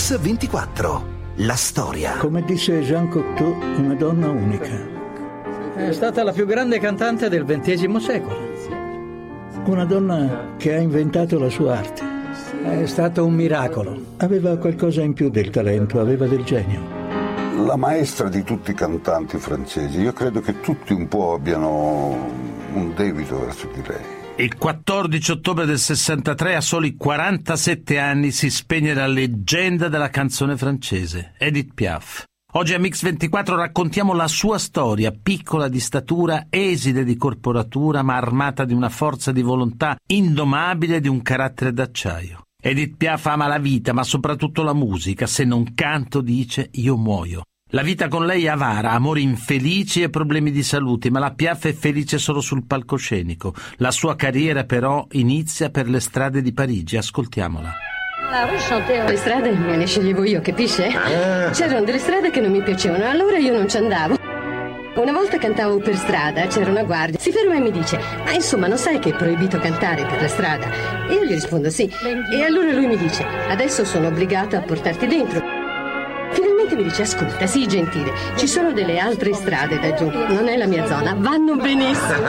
Mix 24. La storia. Come disse Jean Cocteau, una donna unica. È stata la più grande cantante del XX secolo. Una donna che ha inventato la sua arte. È stato un miracolo. Aveva qualcosa in più del talento, aveva del genio. La maestra di tutti i cantanti francesi. Io credo che tutti un po' abbiano un debito verso di lei. Il 14 ottobre del 63, a soli 47 anni, si spegne la leggenda della canzone francese, Edith Piaf. Oggi a Mix 24 raccontiamo la sua storia, piccola di statura, esile di corporatura, ma armata di una forza di volontà indomabile e di un carattere d'acciaio. Edith Piaf ama la vita, ma soprattutto la musica. Se non canto, dice, io muoio. La vita con lei è avara, amori infelici e problemi di salute, ma la Piaf è felice solo sul palcoscenico. La sua carriera però inizia per le strade di Parigi. Ascoltiamola. Le strade me le sceglievo io, capisce? C'erano delle strade che non mi piacevano, allora io non ci andavo. Una volta cantavo per strada, c'era una guardia, si ferma e mi dice: ma insomma non sai che è proibito cantare per la strada? E io gli rispondo sì. E allora lui mi dice: adesso sono obbligato a portarti dentro. Finalmente mi dice: ascolta, sii gentile, ci sono delle altre strade da giù, non è la mia zona, vanno benissimo.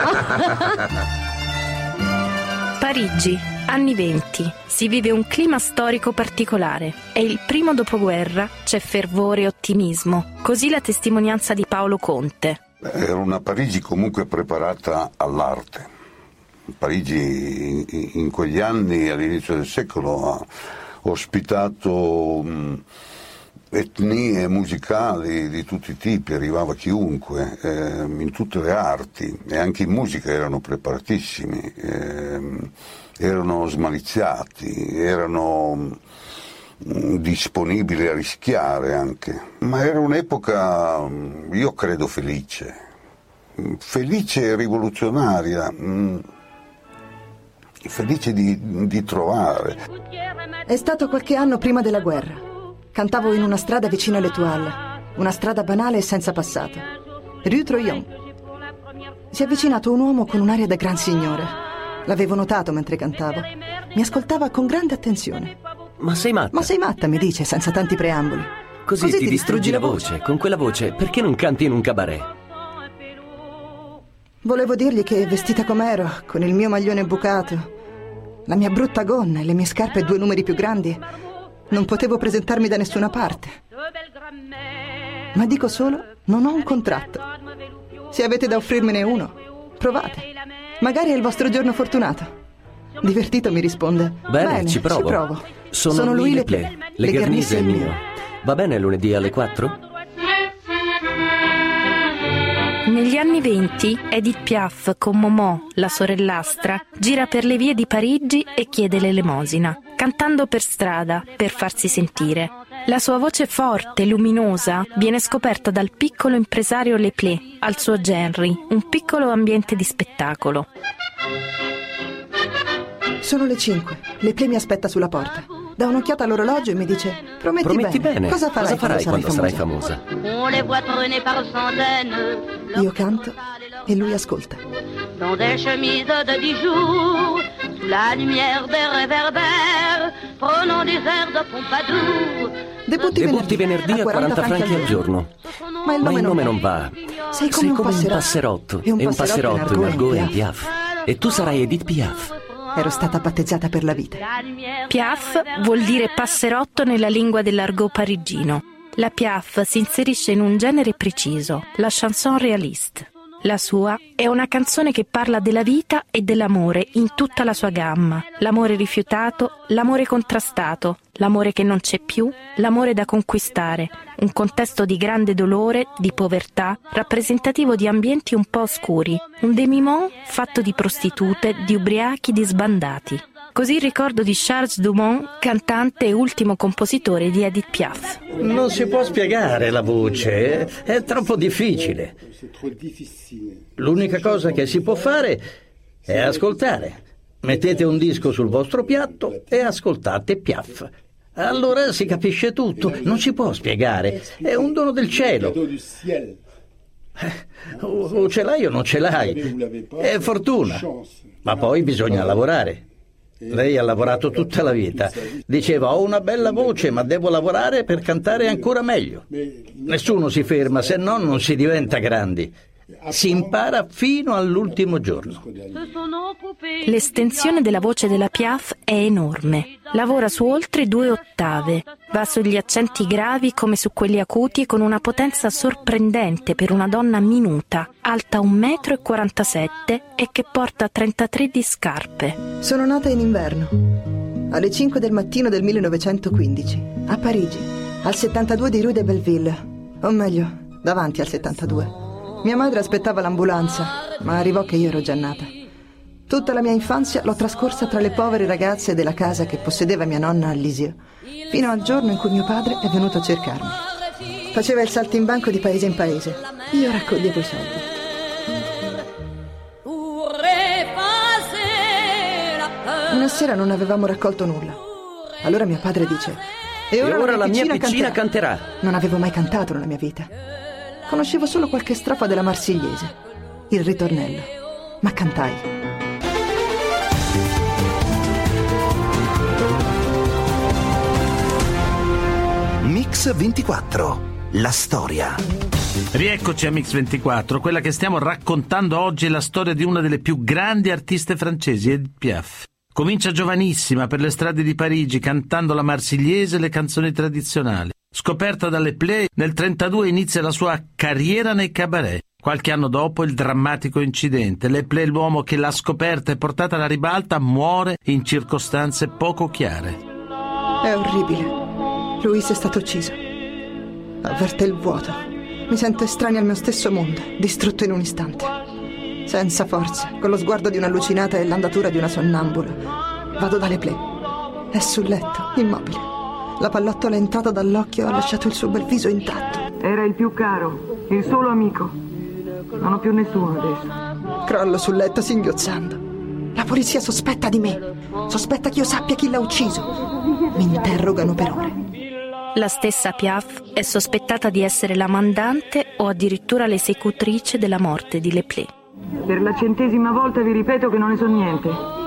Parigi, anni 20. Si vive un clima storico particolare. È il primo dopoguerra, c'è fervore e ottimismo. Così la testimonianza di Paolo Conte. Era una Parigi comunque preparata all'arte. Parigi in quegli anni, all'inizio del secolo, ha ospitato etnie musicali di tutti i tipi, arrivava chiunque, in tutte le arti, e anche in musica erano preparatissimi, erano smaliziati, erano disponibili a rischiare anche. Ma era un'epoca, io credo, felice e rivoluzionaria, felice di trovare. È stato qualche anno prima della guerra. Cantavo in una strada vicino all'Étoile, una strada banale e senza passato. Rue Troyon. Si è avvicinato un uomo con un'aria da gran signore. L'avevo notato mentre cantavo. Mi ascoltava con grande attenzione. Ma sei matta? Ma sei matta, mi dice, senza tanti preamboli. Così ti distruggi la voce. Con quella voce, perché non canti in un cabaret? Volevo dirgli che, vestita com'ero, con il mio maglione bucato, la mia brutta gonna e le mie scarpe 2 numeri più grandi, non potevo presentarmi da nessuna parte. Ma dico solo, non ho un contratto. Se avete da offrirmene uno, provate. Magari è il vostro giorno fortunato. Divertito mi risponde: Bene, ci provo. Sono Louis Leplé, Le Garnier è mio. Va bene lunedì alle 4? Negli anni 20, Edith Piaf, con Momò, la sorellastra, gira per le vie di Parigi e chiede l'elemosina, cantando per strada, per farsi sentire. La sua voce forte e luminosa viene scoperta dal piccolo impresario Leplé, al suo Genry, un piccolo ambiente di spettacolo. Sono le 5. Leplé mi aspetta sulla porta. Dà un'occhiata all'orologio e mi dice: Prometti bene. Cosa farai quando sarai famosa? Io canto e lui ascolta. Dans des chemises de bijoux, sous la lumière des réverbères, prenons des airs de Pompadour. Debutti venerdì a 40 franchi al giorno. Ma il nome non va. Sei come un passerotto. E un passerotto in argot e in Piaf. E tu sarai Edith Piaf. Ero stata battezzata per la vita. Piaf vuol dire passerotto nella lingua dell'argot parigino. La Piaf si inserisce in un genere preciso, la chanson réaliste. La sua è una canzone che parla della vita e dell'amore in tutta la sua gamma. L'amore rifiutato, l'amore contrastato, l'amore che non c'è più, l'amore da conquistare. Un contesto di grande dolore, di povertà, rappresentativo di ambienti un po' oscuri. Un demi-monde fatto di prostitute, di ubriachi, di sbandati. Così il ricordo di Charles Dumont, cantante e ultimo compositore di Edith Piaf. Non si può spiegare la voce, è troppo difficile. L'unica cosa che si può fare è ascoltare. Mettete un disco sul vostro piatto e ascoltate Piaf. Allora si capisce tutto, non si può spiegare, è un dono del cielo. O ce l'hai o non ce l'hai, è fortuna, ma poi bisogna lavorare. Lei ha lavorato tutta la vita. Diceva: ho una bella voce, ma devo lavorare per cantare ancora meglio. Nessuno si ferma, se no non si diventa grandi. Si impara fino all'ultimo giorno. L'estensione della voce della Piaf è enorme. Lavora su oltre 2 ottave. Va sugli accenti gravi come su quelli acuti con una potenza sorprendente per una donna minuta, alta 1,47 m e che porta 33 di scarpe. Sono nata in inverno, alle 5 del mattino del 1915, a Parigi, al 72 di Rue de Belleville, o meglio, davanti al 72. Mia madre aspettava l'ambulanza, ma arrivò che io ero già nata. Tutta la mia infanzia l'ho trascorsa tra le povere ragazze della casa che possedeva mia nonna a Lisieux, fino al giorno in cui mio padre è venuto a cercarmi. Faceva il saltimbanco di paese in paese. Io raccoglievo i soldi. Una sera non avevamo raccolto nulla. Allora mio padre dice: E ora la mia piccina canterà. Non avevo mai cantato nella mia vita. Conoscevo solo qualche strofa della Marsigliese, il ritornello, ma cantai. Mix 24, la storia. Rieccoci a Mix 24, quella che stiamo raccontando oggi è la storia di una delle più grandi artiste francesi, Edith Piaf. Comincia giovanissima per le strade di Parigi cantando la Marsigliese e le canzoni tradizionali. Scoperta dalle Play, nel 1932 inizia la sua carriera nei cabaret. Qualche anno dopo il drammatico incidente. Le Play, l'uomo che l'ha scoperta e portata alla ribalta, muore in circostanze poco chiare. È orribile. Louis è stato ucciso. Avverte il vuoto. Mi sento estranea al mio stesso mondo, distrutto in un istante. Senza forze, con lo sguardo di un'allucinata e l'andatura di una sonnambula. Vado dalle Play. È sul letto, immobile. La pallottola è entrata dall'occhio e ha lasciato il suo bel viso intatto. Era il più caro, il solo amico. Non ho più nessuno adesso. Crollo sul letto singhiozzando. La polizia sospetta di me. Sospetta che io sappia chi l'ha ucciso. Mi interrogano per ore. La stessa Piaf è sospettata di essere la mandante o addirittura l'esecutrice della morte di Le Play. Per la 100ª volta vi ripeto che non ne so niente.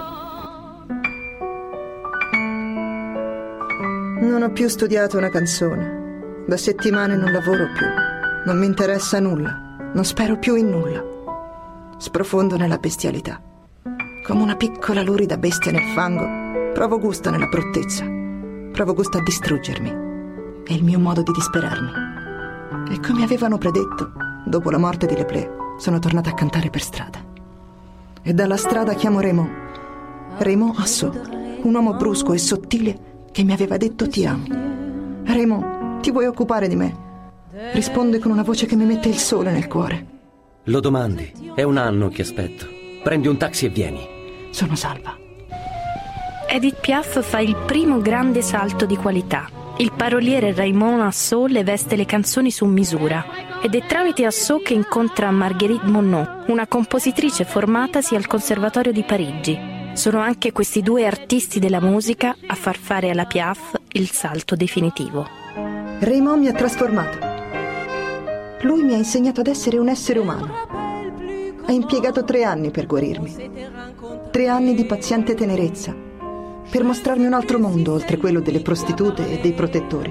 Non ho più studiato una canzone. Da settimane non lavoro più. Non mi interessa nulla. Non spero più in nulla. Sprofondo nella bestialità. Come una piccola lurida bestia nel fango, provo gusto nella bruttezza. Provo gusto a distruggermi. È il mio modo di disperarmi. E come avevano predetto, dopo la morte di Le Play, sono tornata a cantare per strada. E dalla strada chiamo Raymond. Raymond Assou, un uomo brusco e sottile che mi aveva detto ti amo. Raymond, ti vuoi occupare di me? Risponde con una voce che mi mette il sole nel cuore. Lo domandi, è 1 anno che aspetto. Prendi un taxi e vieni. Sono salva. Edith Piaf fa il primo grande salto di qualità. Il paroliere Raymond Assou le veste le canzoni su misura ed è tramite Assou che incontra Marguerite Monod, una compositrice formatasi al Conservatorio di Parigi. Sono anche questi 2 artisti della musica a far fare alla Piaf il salto definitivo. Raymond mi ha trasformato. Lui mi ha insegnato ad essere un essere umano. Ha impiegato 3 anni per guarirmi. 3 anni di paziente tenerezza, per mostrarmi un altro mondo oltre quello delle prostitute e dei protettori.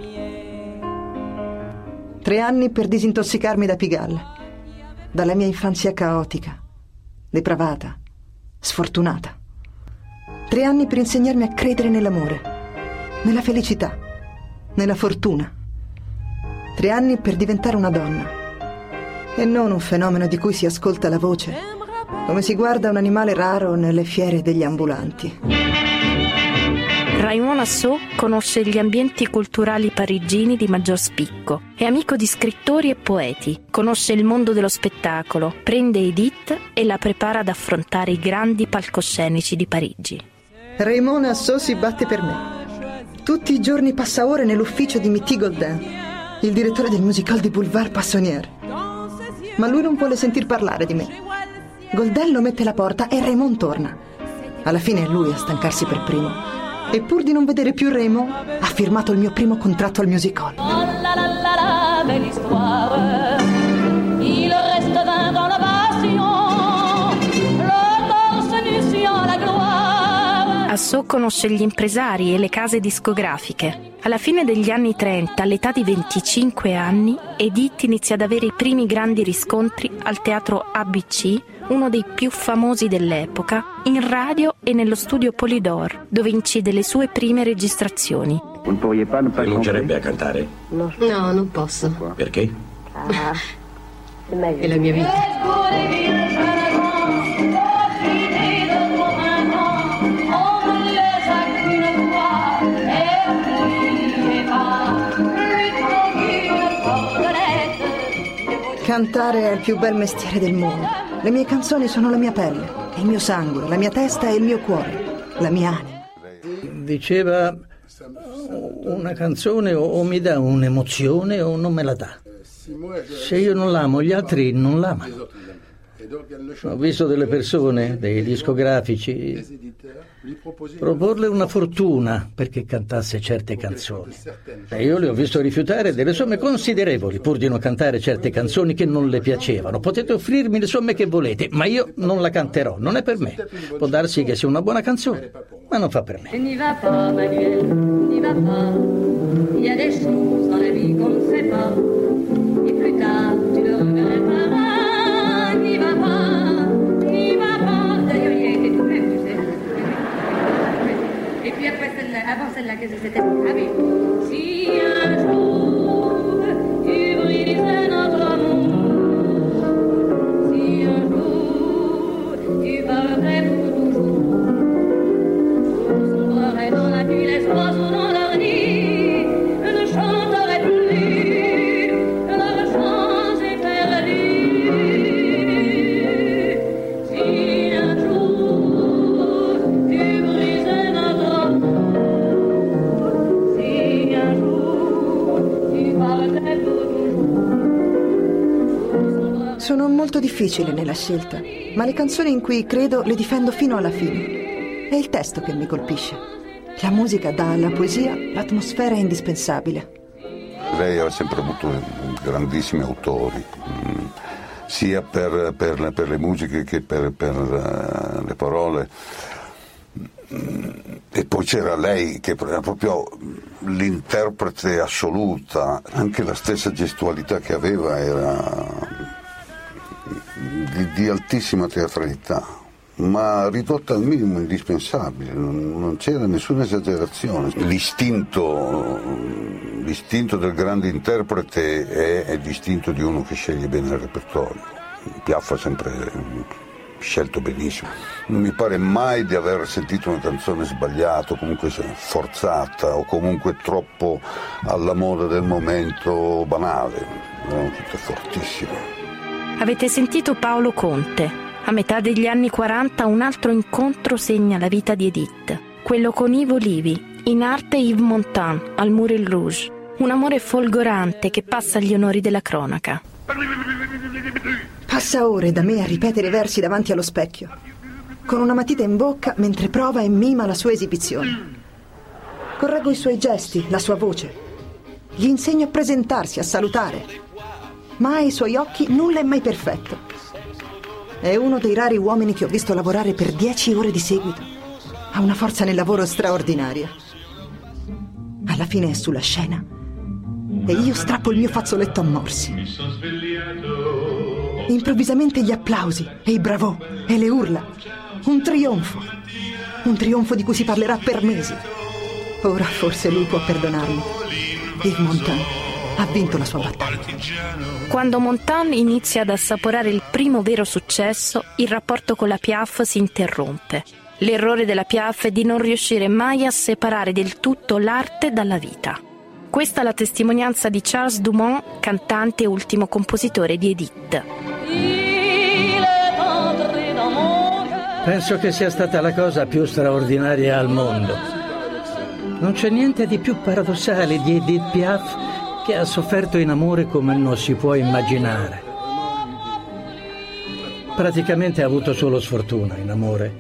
3 anni per disintossicarmi da Pigalle, dalla mia infanzia caotica, depravata, sfortunata. 3 anni per insegnarmi a credere nell'amore, nella felicità, nella fortuna. 3 anni per diventare una donna e non un fenomeno di cui si ascolta la voce, come si guarda un animale raro nelle fiere degli ambulanti. Raymond Assou conosce gli ambienti culturali parigini di maggior spicco, è amico di scrittori e poeti, conosce il mondo dello spettacolo, prende Edith e la prepara ad affrontare i grandi palcoscenici di Parigi. Raymond Assou si batte per me. Tutti i giorni passa ore nell'ufficio di Mitty Goldin, il direttore del musical di Boulevard Poissonnière. Ma lui non vuole sentir parlare di me. Goldin lo mette alla porta e Raymond torna. Alla fine è lui a stancarsi per primo. E pur di non vedere più Raymond, ha firmato il mio primo contratto al music hall. Oh la la la la, belle histoire. Il reste 20 dans la passion. Le corps nu sur la gloire. Picasso conosce gli impresari e le case discografiche. Alla fine degli anni 30, all'età di 25 anni, Edith inizia ad avere i primi grandi riscontri al teatro ABC, uno dei più famosi dell'epoca, in radio e nello studio Polydor, dove incide le sue prime registrazioni. Comincerebbe a cantare? No, non posso. Perché? È la mia vita. Cantare è il più bel mestiere del mondo. Le mie canzoni sono la mia pelle, il mio sangue, la mia testa e il mio cuore, la mia anima. Diceva, una canzone o mi dà un'emozione o non me la dà. Se io non l'amo, gli altri non l'amano. Ho visto delle persone, dei discografici, proporle una fortuna perché cantasse certe canzoni. E io le ho visto rifiutare delle somme considerevoli pur di non cantare certe canzoni che non le piacevano. Potete offrirmi le somme che volete, ma io non la canterò, non è per me. Può darsi che sia una buona canzone, ma non fa per me. N'y va pas, Manuel, n'y va pas. Il y a des choses dans la vie qu'on ne sait pas. Et plus tard, tu le regretteras. N'y va pas, n'y va pas. D'ailleurs, il y a été tout même, tu sais. Et puis après celle-là, avant celle-là, qu'est-ce que c'était? Ah oui. Si un jour tu brises notre amour, si un jour tu partais pour toujours, je sombrerais dans la nuit, les oiseaux dans leur nid, je ne chanterai plus, leur chant est perdu. Si un jour tu brises notre amour, si un jour tu partais pour toujours. Sono molto difficile nella scelta, ma le canzoni in cui credo le difendo fino alla fine. È il testo che mi colpisce. La musica dà alla poesia l'atmosfera indispensabile. Lei ha sempre avuto grandissimi autori, sia per le musiche che per le parole. E poi c'era lei che era proprio l'interprete assoluta, anche la stessa gestualità che aveva era di altissima teatralità, ma ridotta al minimo indispensabile, non c'era nessuna esagerazione. L'istinto del grande interprete è l'istinto di uno che sceglie bene il repertorio. Piaf ha sempre scelto benissimo. Non mi pare mai di aver sentito una canzone sbagliata, o comunque forzata, o comunque troppo alla moda del momento, banale. Erano tutte fortissime. Avete sentito Paolo Conte. A metà degli anni 40 un altro incontro segna la vita di Edith, quello con Ivo Livi, in arte Yves Montand, al Moulin Rouge. Un amore folgorante che passa agli onori della cronaca. Passa ore da me a ripetere versi davanti allo specchio, con una matita in bocca mentre prova e mima la sua esibizione. Correggo i suoi gesti, la sua voce. Gli insegno a presentarsi, a salutare. Ma ai suoi occhi nulla è mai perfetto. È uno dei rari uomini che ho visto lavorare per 10 ore di seguito. Ha una forza nel lavoro straordinaria. Alla fine è sulla scena e io strappo il mio fazzoletto a morsi. Improvvisamente gli applausi e i bravo e le urla. Un trionfo di cui si parlerà per mesi. Ora forse lui può perdonarmi. Yves Montand ha vinto la sua battaglia. Quando Montand inizia ad assaporare il primo vero successo, il rapporto con la Piaf si interrompe. L'errore della Piaf è di non riuscire mai a separare del tutto l'arte dalla vita. Questa è la testimonianza di Charles Dumont, cantante e ultimo compositore di Edith. Penso che sia stata la cosa più straordinaria al mondo. Non c'è niente di più paradossale di Edith Piaf, che ha sofferto in amore come non si può immaginare. Praticamente ha avuto solo sfortuna in amore.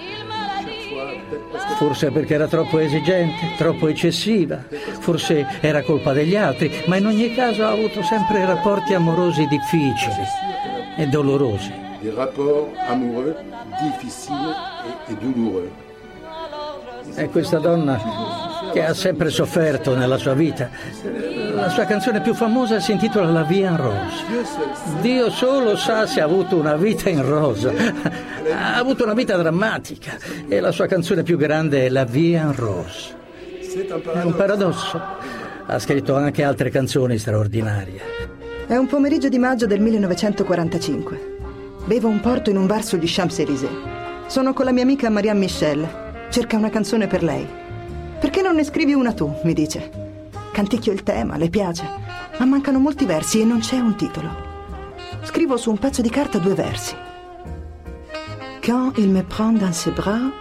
Forse perché era troppo esigente, troppo eccessiva, forse era colpa degli altri, ma in ogni caso ha avuto sempre rapporti amorosi difficili e dolorosi. Des rapports amoureux difficiles et douloureux. È questa donna che ha sempre sofferto nella sua vita. La sua canzone più famosa si intitola La Vie en Rose. Dio solo sa se ha avuto una vita in rosa. Ha avuto una vita drammatica e la sua canzone più grande è La Vie en Rose. È un paradosso. Ha scritto anche altre canzoni straordinarie. È un pomeriggio di maggio del 1945. Bevo un porto in un bar sugli Champs-Élysées. Sono con la mia amica Marianne Michel. Cerca una canzone per lei. Perché non ne scrivi una tu? Mi dice. Canticchio il tema, le piace, ma mancano molti versi e non c'è un titolo. Scrivo su un pezzo di carta 2 versi. Quand il me prend dans ses bras,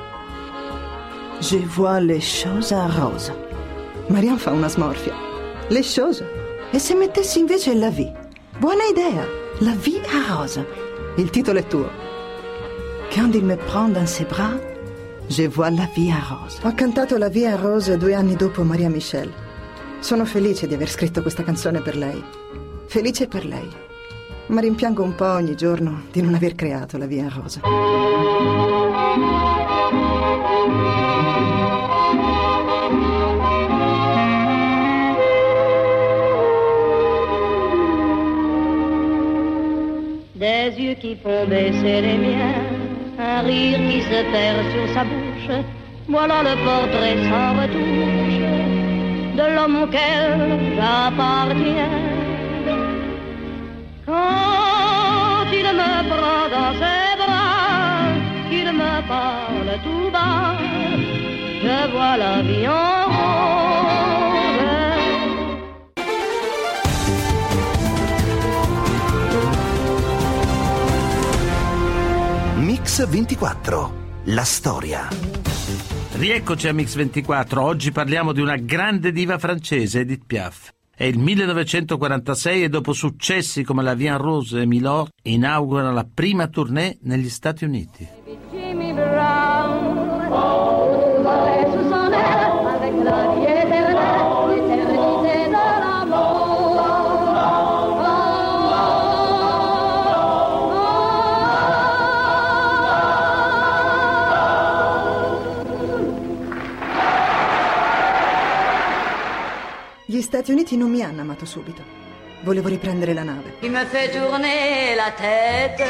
je vois les choses en rose. Marianne fa una smorfia. Les choses? E se mettessi invece la vie? Buona idea, la vie en rose. Il titolo è tuo. Quand il me prend dans ses bras, je vois la vie en rose. Ho cantato La Vie en Rose 2 anni dopo Maria Michel. Sono felice di aver scritto questa canzone per lei. Felice per lei. Ma rimpiango un po' ogni giorno di non aver creato La Vie en Rose. Des yeux qui font baisser les miens, un rire qui se perd sur sa bouche, voilà le portrait sans retouche de l'homme auquel j'appartiens. Quand il me prend dans ses bras, qu'il me parle tout bas, je vois la vie en rose. Mix 24, la storia. Rieccoci a Mix 24. Oggi parliamo di una grande diva francese, Edith Piaf. È il 1946 e dopo successi come La Vie en Rose e Milord inaugura la prima tournée negli Stati Uniti. Jimmy Brown, volait sous son aile avec la vie éternelle, l'éternité de l'amour. Gli Stati Uniti non mi hanno amato subito. Volevo riprendere la nave. Qui me fait tourner la tête,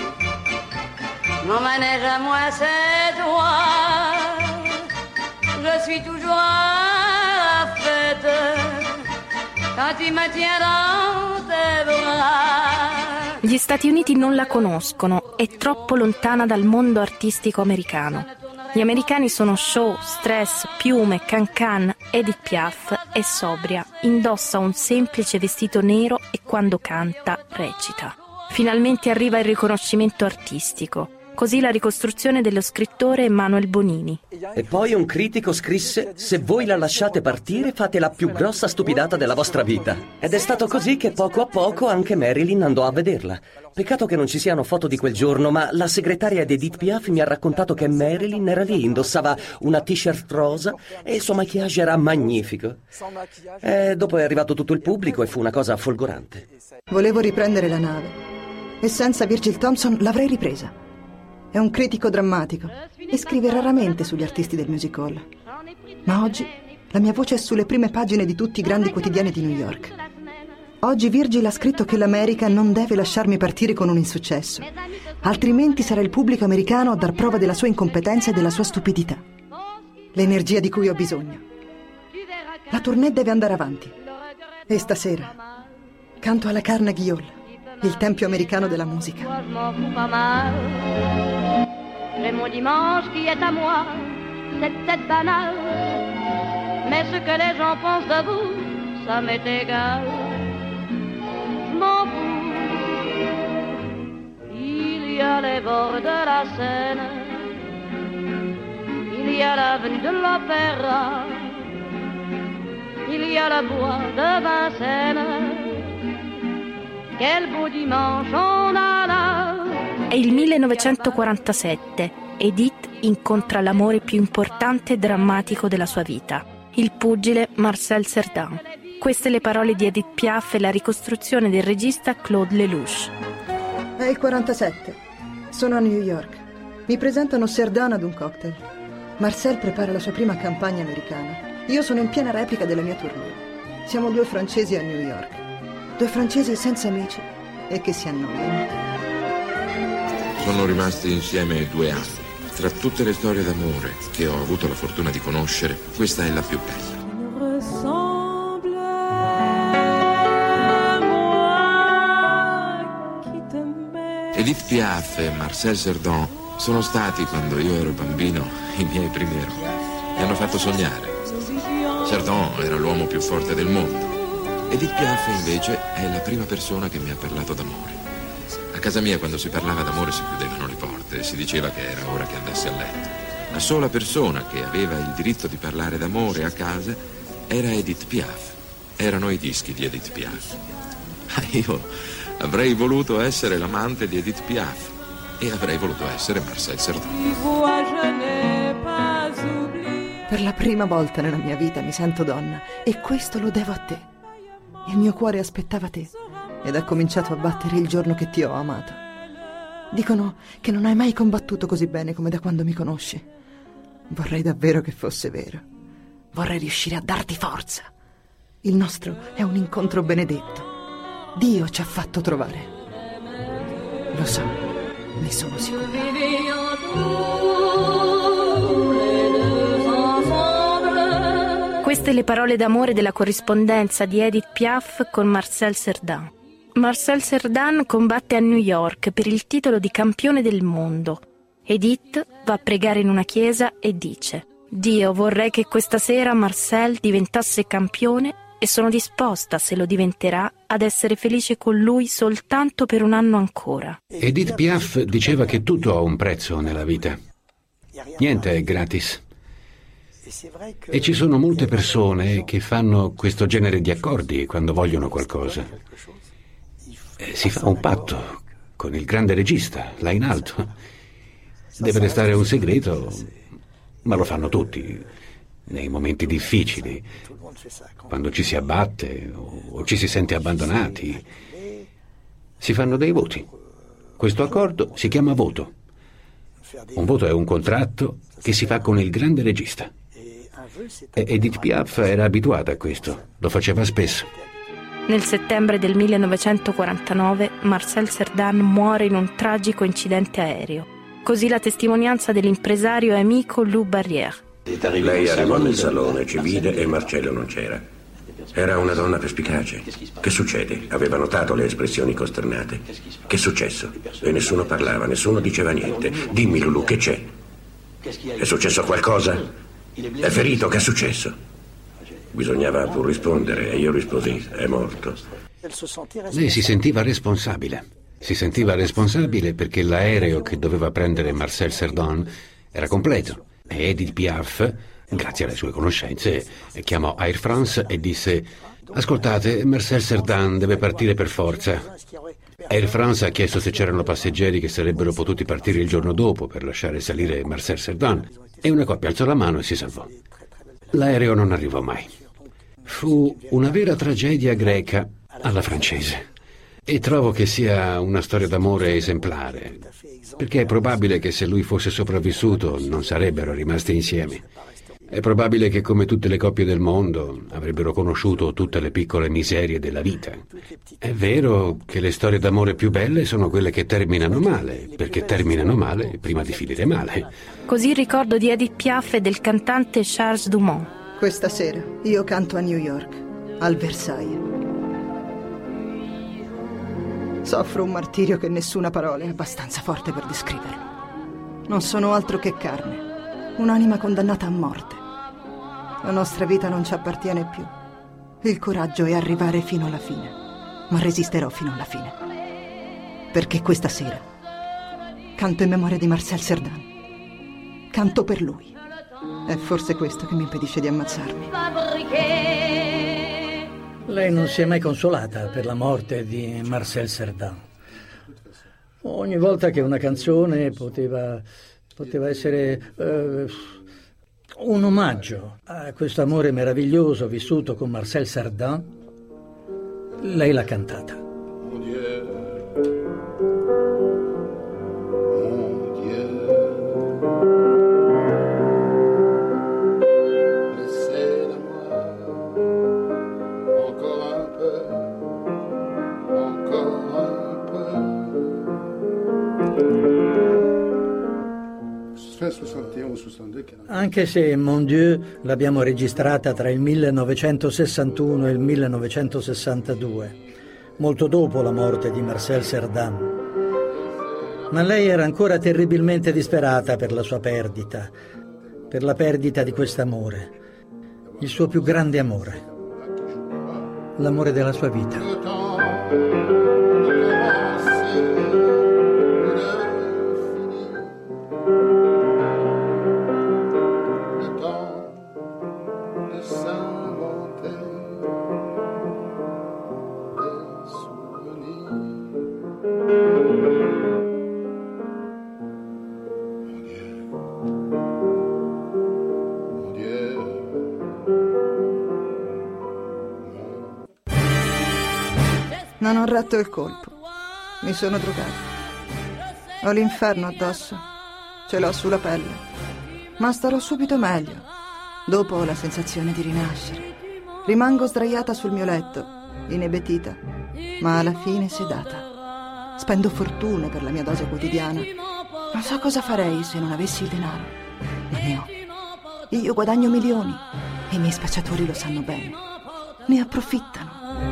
mon manège à moi c'est toi, je suis toujours à la fête, quand tu me tiens dans tes bras. Gli Stati Uniti non la conoscono, è troppo lontana dal mondo artistico americano. Gli americani sono show, stress, piume, can-can. Edith Piaf è sobria, indossa un semplice vestito nero e quando canta recita. Finalmente arriva il riconoscimento artistico. Così la ricostruzione dello scrittore Emanuel Bonini. E poi un critico scrisse: se voi la lasciate partire fate la più grossa stupidata della vostra vita. Ed è stato così che poco a poco anche Marilyn andò a vederla. Peccato che non ci siano foto di quel giorno, ma la segretaria di Edith Piaf mi ha raccontato che Marilyn era lì, indossava una t-shirt rosa e il suo maquillage era magnifico. E dopo è arrivato tutto il pubblico e fu una cosa folgorante. Volevo riprendere la nave e senza Virgil Thompson l'avrei ripresa. È un critico drammatico e scrive raramente sugli artisti del music hall. Ma oggi la mia voce è sulle prime pagine di tutti i grandi quotidiani di New York. Oggi Virgil ha scritto che l'America non deve lasciarmi partire con un insuccesso, altrimenti sarà il pubblico americano a dar prova della sua incompetenza e della sua stupidità. L'energia di cui ho bisogno. La tournée deve andare avanti. E stasera canto alla Carnegie Hall, il tempio americano della musica. Je m'en fous pas mal. J'ai mon dimanche qui est à moi, c'est peut-être banal, mais ce que les gens pensent de vous, ça m'est égal. Je m'en fous. Il y a les bords de la Seine, il y a l'avenue de l'Opéra, il y a la bois de Vincennes. Quel beau dimanche on a là. È il 1947. Edith incontra l'amore più importante e drammatico della sua vita, il pugile Marcel Cerdan. Queste le parole di Edith Piaf e la ricostruzione del regista Claude Lelouch. È il 47. Sono a New York. Mi presentano Cerdan ad un cocktail. Marcel prepara la sua prima campagna americana. Io sono in piena replica della mia tournée. Siamo 2 francesi a New York. 2 francesi senza amici e che si annoiano. Sono rimasti insieme 2 anni. Tra tutte le storie d'amore che ho avuto la fortuna di conoscere, questa è la più bella. Edith Piaf e Marcel Cerdan sono stati, quando io ero bambino, i miei primi eroi. Mi hanno fatto sognare. Cerdan era l'uomo più forte del mondo. Edith Piaf, invece, è la prima persona che mi ha parlato d'amore. A casa mia, quando si parlava d'amore, si chiudevano le porte e si diceva che era ora che andassi a letto. La sola persona che aveva il diritto di parlare d'amore a casa era Edith Piaf. Erano i dischi di Edith Piaf. Io avrei voluto essere l'amante di Edith Piaf e avrei voluto essere Marcel Cerdan. Per la prima volta nella mia vita mi sento donna e questo lo devo a te. Il mio cuore aspettava te ed ha cominciato a battere il giorno che ti ho amato. Dicono che non hai mai combattuto così bene come da quando mi conosci. Vorrei davvero che fosse vero. Vorrei riuscire a darti forza. Il nostro è un incontro benedetto. Dio ci ha fatto trovare. Lo so, ne sono sicura. Queste le parole d'amore della corrispondenza di Edith Piaf con Marcel Cerdan. Marcel Cerdan combatte a New York per il titolo di campione del mondo. Edith va a pregare in una chiesa e dice: Dio, vorrei che questa sera Marcel diventasse campione e sono disposta, se lo diventerà, ad essere felice con lui soltanto per un anno ancora. Edith Piaf diceva che tutto ha un prezzo nella vita. Niente è gratis. E ci sono molte persone che fanno questo genere di accordi quando vogliono qualcosa. Si fa un patto con il grande regista, là in alto. Deve restare un segreto, ma lo fanno tutti, nei momenti difficili, quando ci si abbatte o ci si sente abbandonati. Si fanno dei voti. Questo accordo si chiama voto. Un voto è un contratto che si fa con il grande regista. E Edith Piaf era abituata a questo, lo faceva spesso. Nel settembre del 1949 Marcel Cerdan muore in un tragico incidente aereo. Così la testimonianza dell'impresario e amico Lou Barrière. Lei arrivò nel salone, ci vide e Marcello non c'era. Era una donna perspicace. Che succede? Aveva notato le espressioni costernate. Che è successo? E nessuno parlava, nessuno diceva niente. Dimmi, Lulu, che c'è? È successo qualcosa? È ferito? Che è successo? Bisognava pur rispondere e io risposi: è morto. Lei si sentiva responsabile. Si sentiva responsabile perché l'aereo che doveva prendere Marcel Cerdan era completo. E Edith Piaf, grazie alle sue conoscenze, chiamò Air France e disse: ascoltate, Marcel Cerdan deve partire per forza. Air France ha chiesto se c'erano passeggeri che sarebbero potuti partire il giorno dopo per lasciare salire Marcel Cerdan e una coppia alzò la mano e si salvò. L'aereo non arrivò mai. Fu una vera tragedia greca alla francese. E trovo che sia una storia d'amore esemplare, perché è probabile che se lui fosse sopravvissuto non sarebbero rimasti insieme. È probabile che, come tutte le coppie del mondo, avrebbero conosciuto tutte le piccole miserie della vita. È vero che le storie d'amore più belle sono quelle che terminano male, perché terminano male prima di finire male. Così il ricordo di Edith Piaf e del cantante Charles Dumont. Questa sera io canto a New York, al Versailles. Soffro un martirio che nessuna parola è abbastanza forte per descriverlo. Non sono altro che carne, un'anima condannata a morte. La nostra vita non ci appartiene più. Il coraggio è arrivare fino alla fine, ma resisterò fino alla fine. Perché questa sera canto in memoria di Marcel Cerdan. Canto per lui. È forse questo che mi impedisce di ammazzarmi. Lei non si è mai consolata per la morte di Marcel Cerdan. Ogni volta che una canzone poteva essere un omaggio a questo amore meraviglioso vissuto con Marcel Cerdan, lei l'ha cantata. Anche se Mon Dieu l'abbiamo registrata tra il 1961 e il 1962, molto dopo la morte di Marcel Cerdan. Ma lei era ancora terribilmente disperata per la sua perdita, per la perdita di quest'amore, il suo più grande amore, l'amore della sua vita. Non ho retto il colpo. Mi sono drogata. Ho l'inferno addosso. Ce l'ho sulla pelle. Ma starò subito meglio. Dopo ho la sensazione di rinascere. Rimango sdraiata sul mio letto, inebetita, ma alla fine sedata. Spendo fortune per la mia dose quotidiana. Non so cosa farei se non avessi il denaro. Ma ne ho. Io guadagno milioni e i miei spacciatori lo sanno bene. Ne approfittano.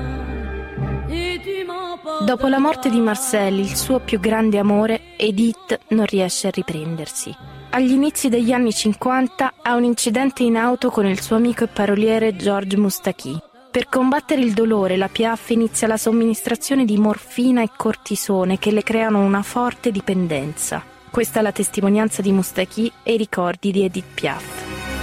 Dopo la morte di Marcel, il suo più grande amore, Edith non riesce a riprendersi. Agli inizi degli anni 50 ha un incidente in auto con il suo amico e paroliere Georges Moustaki. Per combattere il dolore, la Piaf inizia la somministrazione di morfina e cortisone che le creano una forte dipendenza. Questa è la testimonianza di Moustaki e i ricordi di Edith Piaf.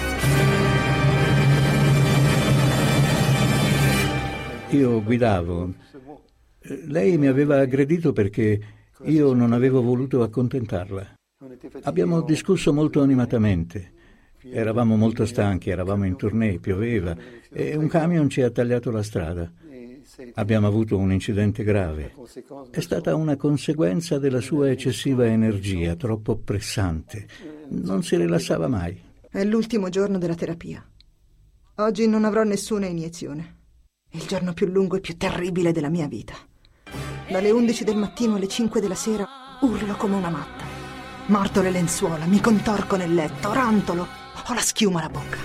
Io guidavo. Lei mi aveva aggredito perché io non avevo voluto accontentarla. Abbiamo discusso molto animatamente. Eravamo molto stanchi, eravamo in tournée, pioveva e un camion ci ha tagliato la strada. Abbiamo avuto un incidente grave. È stata una conseguenza della sua eccessiva energia, troppo pressante. Non si rilassava mai. È l'ultimo giorno della terapia. Oggi non avrò nessuna iniezione. Il giorno più lungo e più terribile della mia vita. Dalle 11 del mattino alle 5 della sera urlo come una matta. Mordo le lenzuola, mi contorco nel letto, rantolo, ho la schiuma alla bocca.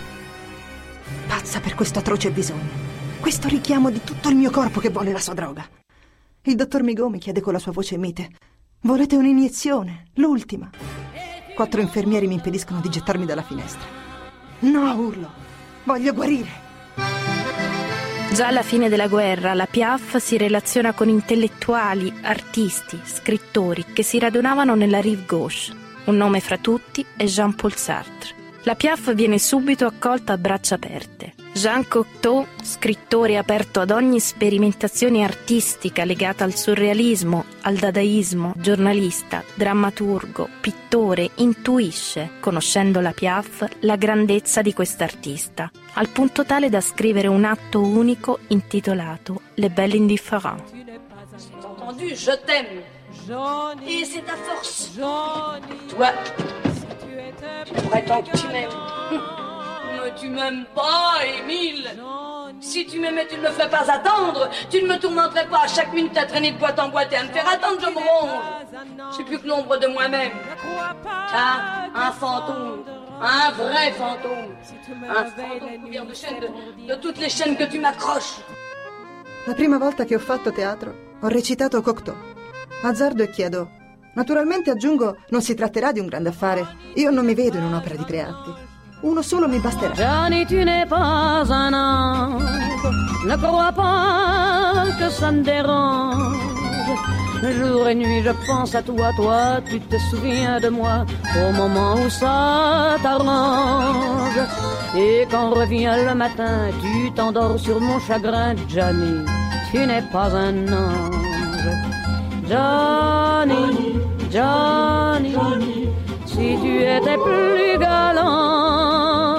Pazza per questo atroce bisogno, questo richiamo di tutto il mio corpo che vuole la sua droga. Il dottor Migaud mi chiede con la sua voce mite: volete un'iniezione, l'ultima? 4 infermieri mi impediscono di gettarmi dalla finestra. No, urlo, voglio guarire. Già alla fine della guerra, la Piaf si relaziona con intellettuali, artisti, scrittori che si radunavano nella Rive Gauche. Un nome fra tutti è Jean-Paul Sartre. La Piaf viene subito accolta a braccia aperte. Jean Cocteau, scrittore aperto ad ogni sperimentazione artistica legata al surrealismo, al dadaismo, giornalista, drammaturgo, pittore, intuisce, conoscendo la Piaf, la grandezza di quest'artista, al punto tale da scrivere un atto unico intitolato Les Belles Indifférents. Entendu, je t'aime. Et c'est ta force. Toi, tu prétends que tu m'aimes. Mais tu m'aimes pas, Émile. Si tu m'aimais, tu ne me ferais pas attendre. Tu ne me tourmenterais pas à chaque minute à traîner de boîte en boîte et à me faire attendre, je me ronge. J'ai plus que l'ombre de moi-même. Car un fantôme, un vrai fantôme. Un fantôme couvert de chaînes, de toutes les chaînes que tu m'accroches. La prima volta che ho fatto teatro, ho recitato Cocteau. Azzardo e chiedo. Naturalmente aggiungo, non si tratterà di un grande affare. Io non mi vedo in un'opera di 3 atti. Uno solo mi basterà. Johnny, tu n'es pas un ange. Ne crois pas que ça me dérange. Jour et nuit je pense à toi, toi tu te souviens de moi au moment où ça t'arrange. Et quand revient le matin, tu t'endors sur mon chagrin. Johnny, tu n'es pas un ange. Johnny, Johnny, Johnny, si tu étais plus galant.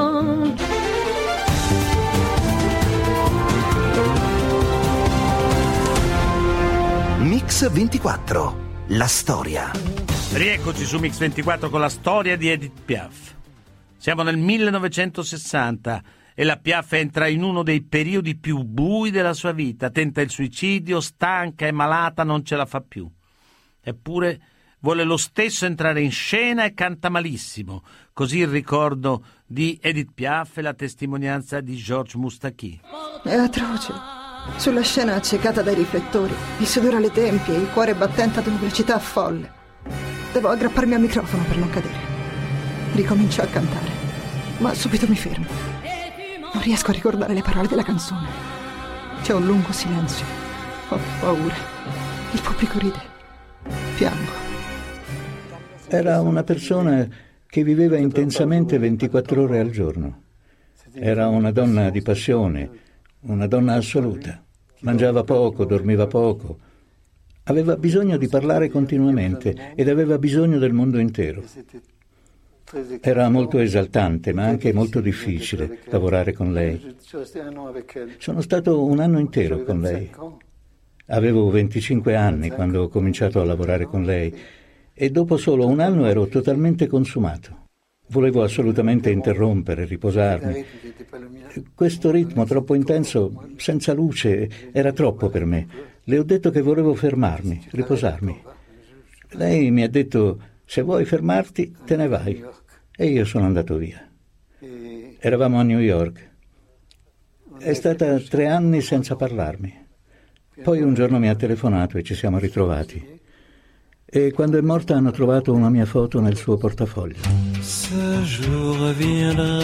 Mix 24, la storia. Rieccoci su Mix 24 con la storia di Edith Piaf. Siamo nel 1960 e la Piaf entra in uno dei periodi più bui della sua vita. Tenta il suicidio, stanca e malata, non ce la fa più. Eppure vuole lo stesso entrare in scena e canta malissimo. Così il ricordo di Edith Piaf e la testimonianza di Georges Moustaki. È atroce. Sulla scena accecata dai riflettori, il sudore alle tempie, il cuore battente ad una velocità folle. Devo aggrapparmi al microfono per non cadere. Ricomincio a cantare, ma subito mi fermo. Non riesco a ricordare le parole della canzone. C'è un lungo silenzio. Ho paura. Il pubblico ride. Piango. Era una persona che viveva intensamente 24 ore al giorno. Era una donna di passione, una donna assoluta. Mangiava poco, dormiva poco. Aveva bisogno di parlare continuamente ed aveva bisogno del mondo intero. Era molto esaltante, ma anche molto difficile lavorare con lei. Sono stato un anno intero con lei. Avevo 25 anni quando ho cominciato a lavorare con lei e dopo solo un anno ero totalmente consumato. Volevo assolutamente interrompere, riposarmi. Questo ritmo troppo intenso, senza luce, era troppo per me. Le ho detto che volevo fermarmi, riposarmi. Lei mi ha detto: se vuoi fermarti, te ne vai. E io sono andato via. Eravamo a New York. È stata 3 anni senza parlarmi. Poi un giorno mi ha telefonato e ci siamo ritrovati. E quando è morta hanno trovato una mia foto nel suo portafoglio. Ce jour viendra,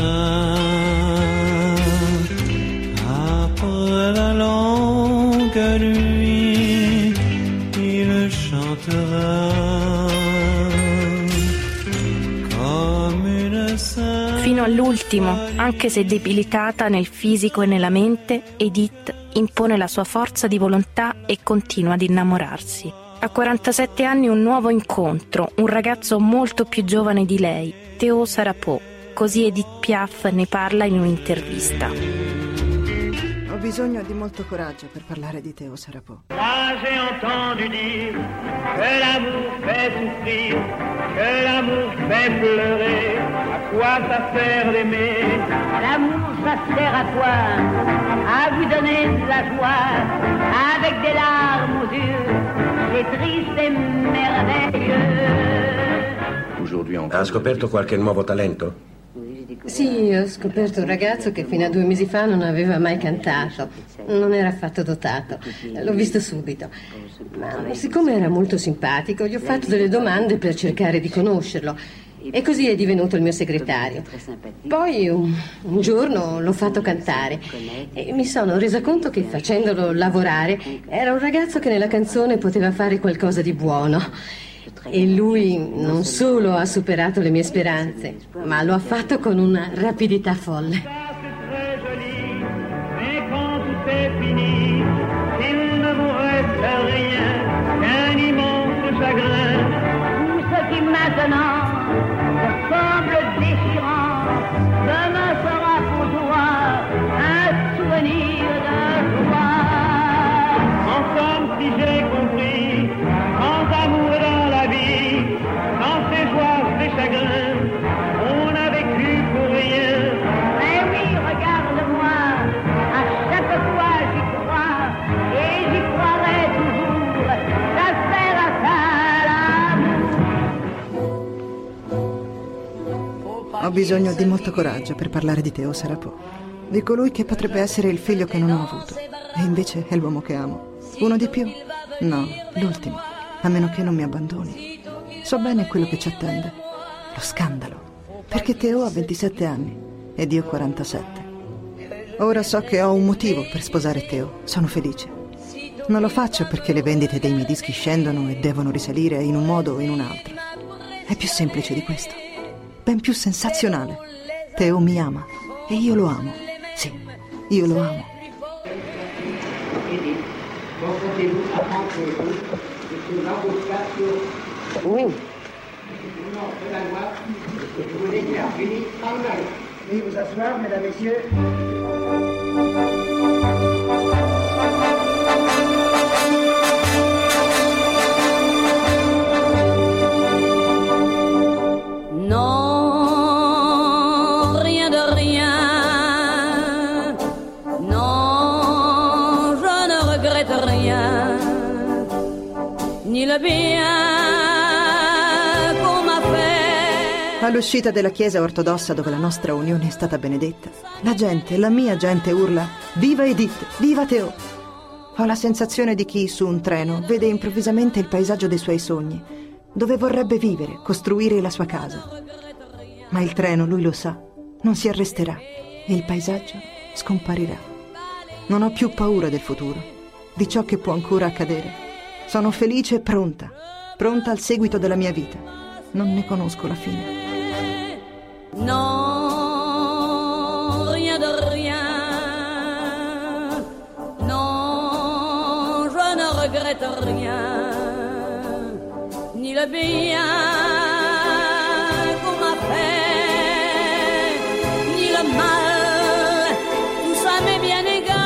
après la longue nuit, il chantera. Fino all'ultimo, anche se debilitata nel fisico e nella mente, Edith impone la sua forza di volontà e continua ad innamorarsi. A 47 anni un nuovo incontro, un ragazzo molto più giovane di lei, Théo Sarrapeau. Così Edith Piaf ne parla in un'intervista. Ho bisogno di molto coraggio per parlare di Théo Sarrapeau. Moi j'ai entendu dire que l'amour fait souffrir, que l'amour fait pleurer. À quoi ça sert d'aimer? L'amour ça sert à quoi? À vous donner de la joie, avec des larmes aux yeux, c'est triste et merveilleux. Ha scoperto qualche nuovo talento? Sì, ho scoperto un ragazzo che fino a 2 mesi fa non aveva mai cantato, non era affatto dotato, l'ho visto subito. Ma siccome era molto simpatico, gli ho fatto delle domande per cercare di conoscerlo e così è divenuto il mio segretario. Poi un giorno l'ho fatto cantare e mi sono resa conto che facendolo lavorare era un ragazzo che nella canzone poteva fare qualcosa di buono. E lui non solo ha superato le mie speranze, ma lo ha fatto con una rapidità folle. Mais quand tout est fini, il ne vous reste rien qu'un immense chagrin. Tout ce qui maintenant me semble déchirant, demain sera pour toi un souvenir de joie. En somme, si j'ai compris, sans amour dans la vie, sans ses joies, ses chagrins, on a vécu pour rien. Mais oui, regarde-moi, à chaque fois j'y crois, et j'y croirai toujours, ça sert à ça l'amour. Ho bisogno di molto coraggio per parlare di Théo Sarrapeau, di colui che potrebbe essere il figlio che non ho avuto, e invece è l'uomo che amo. Uno di più? No, l'ultimo, a meno che non mi abbandoni. So bene quello che ci attende, lo scandalo, perché Théo ha 27 anni ed io 47. Ora so che ho un motivo per sposare Théo, sono felice. Non lo faccio perché le vendite dei miei dischi scendono e devono risalire in un modo o in un altro. È più semplice di questo, ben più sensazionale. Théo mi ama e io lo amo. Sì, io lo amo. Oui. Veuillez vous asseoir, mesdames, messieurs. Non, rien de rien. Non, je ne regrette rien. Ni le bien, All'uscita della chiesa ortodossa dove la nostra unione è stata benedetta, la gente, la mia gente urla «Viva Edith! Viva Théo!». Ho la sensazione di chi su un treno vede improvvisamente il paesaggio dei suoi sogni, dove vorrebbe vivere, costruire la sua casa. Ma il treno, lui lo sa, non si arresterà e il paesaggio scomparirà. Non ho più paura del futuro, di ciò che può ancora accadere. Sono felice e pronta al seguito della mia vita. Non ne conosco la fine. Non, rien de rien. Non, je ne regrette rien. Ni le bien qu'on m'a fait, ni le mal, tout ça m'est bien égal.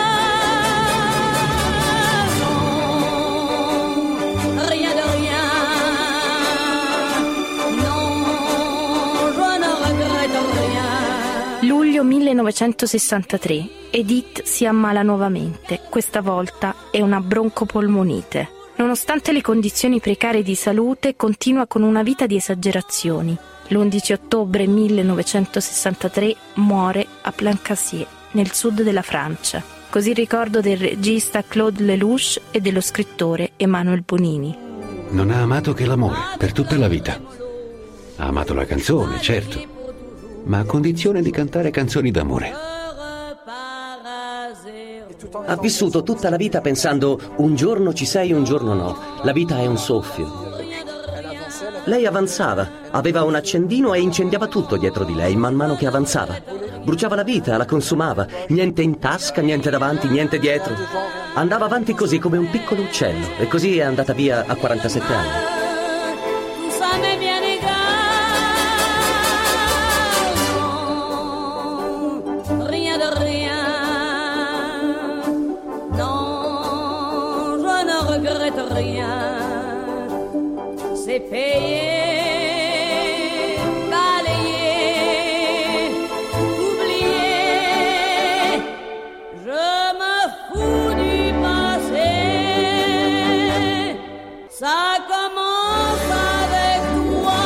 Non, rien de rien. Luglio 1963. Edith si ammala nuovamente. Questa volta è una broncopolmonite. Nonostante le condizioni precarie di salute, continua con una vita di esagerazioni. L'11 ottobre 1963 muore a Plancassier, nel sud della Francia. Così il ricordo del regista Claude Lelouch e dello scrittore Emmanuel Bonini. Non ha amato che l'amore per tutta la vita. Ha amato la canzone, certo, ma a condizione di cantare canzoni d'amore. Ha vissuto tutta la vita pensando un giorno ci sei, un giorno no. La vita è un soffio. Lei avanzava, aveva un accendino e incendiava tutto dietro di lei man mano che avanzava. Bruciava la vita, la consumava, niente in tasca, niente davanti, niente dietro. Andava avanti così come un piccolo uccello e così è andata via a 47 anni. C'est payé, balayé, oublié. Je me fous du passé. Ça commence avec toi.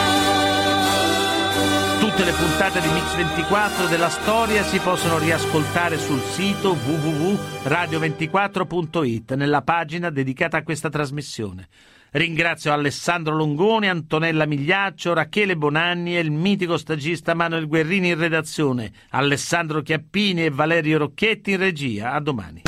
Tutte le puntate di Mix 24 della storia si possono riascoltare sul sito www.radio24.it nella pagina dedicata a questa trasmissione. Ringrazio Alessandro Longoni, Antonella Migliaccio, Rachele Bonanni e il mitico stagista Manuel Guerrini in redazione, Alessandro Chiappini e Valerio Rocchetti in regia. A domani.